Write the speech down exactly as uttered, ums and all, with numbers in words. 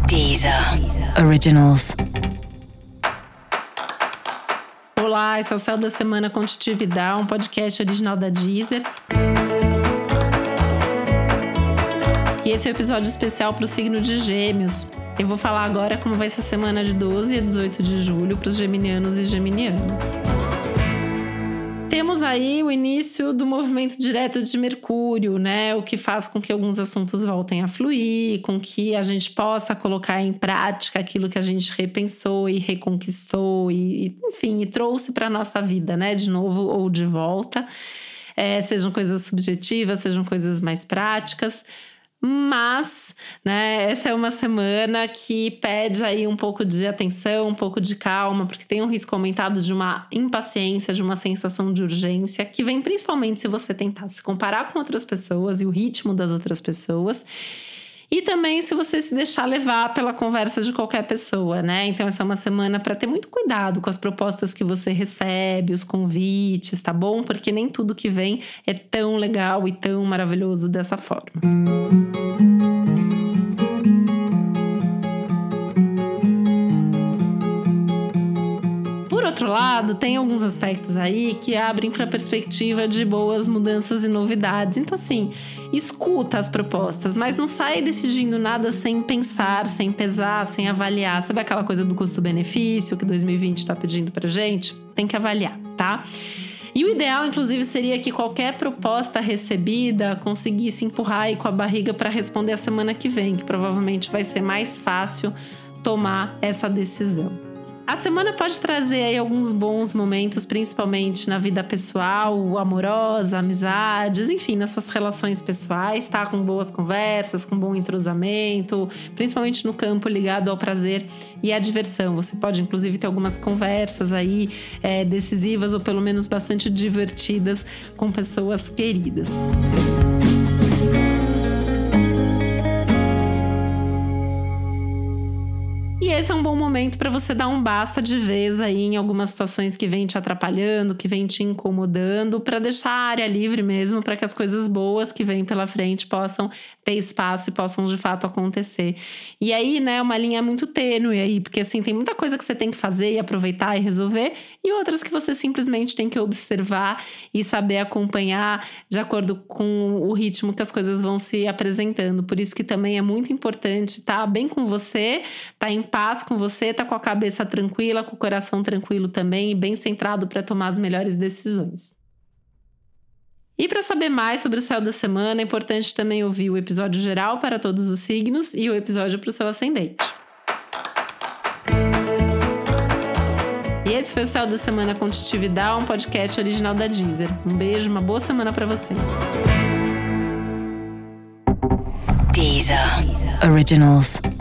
Deezer Originals. Olá, esse é o Céu da Semana com Titi Vidal, um podcast original da Deezer. E esse é o um episódio especial para o signo de Gêmeos. Eu vou falar agora como vai ser a semana de doze a dezoito de julho para os geminianos e geminianas. Temos aí o início do movimento direto de Mercúrio, né? O que faz com que alguns assuntos voltem a fluir, com que a gente possa colocar em prática aquilo que a gente repensou e reconquistou e, enfim, e trouxe para a nossa vida, né? De novo ou de volta. É, sejam coisas subjetivas, sejam coisas mais práticas. Mas, né, essa é uma semana que pede aí um pouco de atenção, um pouco de calma, porque tem um risco aumentado de uma impaciência, de uma sensação de urgência, que vem principalmente se você tentar se comparar com outras pessoas e o ritmo das outras pessoas. E também se você se deixar levar pela conversa de qualquer pessoa, né? Então essa é uma semana para ter muito cuidado com as propostas que você recebe, os convites, tá bom? Porque nem tudo que vem é tão legal e tão maravilhoso dessa forma. Por outro lado, tem alguns aspectos aí que abrem para a perspectiva de boas mudanças e novidades. Então, assim, escuta as propostas, mas não sai decidindo nada sem pensar, sem pesar, sem avaliar. Sabe aquela coisa do custo-benefício que dois mil e vinte está pedindo pra gente? Tem que avaliar, tá? E o ideal, inclusive, seria que qualquer proposta recebida conseguisse empurrar aí com a barriga para responder a semana que vem, que provavelmente vai ser mais fácil tomar essa decisão. A semana pode trazer aí alguns bons momentos, principalmente na vida pessoal, amorosa, amizades, enfim, nas suas relações pessoais, tá? Com boas conversas, com bom entrosamento, principalmente no campo ligado ao prazer e à diversão. Você pode, inclusive, ter algumas conversas aí é, decisivas ou pelo menos bastante divertidas com pessoas queridas. E esse é um bom momento para você dar um basta de vez aí em algumas situações que vem te atrapalhando, que vem te incomodando, para deixar a área livre mesmo, para que as coisas boas que vêm pela frente possam ter espaço e possam de fato acontecer. E aí, né, uma linha muito tênue aí, porque assim, tem muita coisa que você tem que fazer e aproveitar e resolver, e outras que você simplesmente tem que observar e saber acompanhar de acordo com o ritmo que as coisas vão se apresentando. Por isso que também é muito importante estar bem com você, estar em paz com você, tá com a cabeça tranquila, com o coração tranquilo também e bem centrado para tomar as melhores decisões. E para saber mais sobre o céu da semana, é importante também ouvir o episódio geral para todos os signos e o episódio para o seu ascendente. E esse foi o Céu da Semana com Titi Vidal, um podcast original da Deezer. Um beijo, uma boa semana para você. Deezer Originals.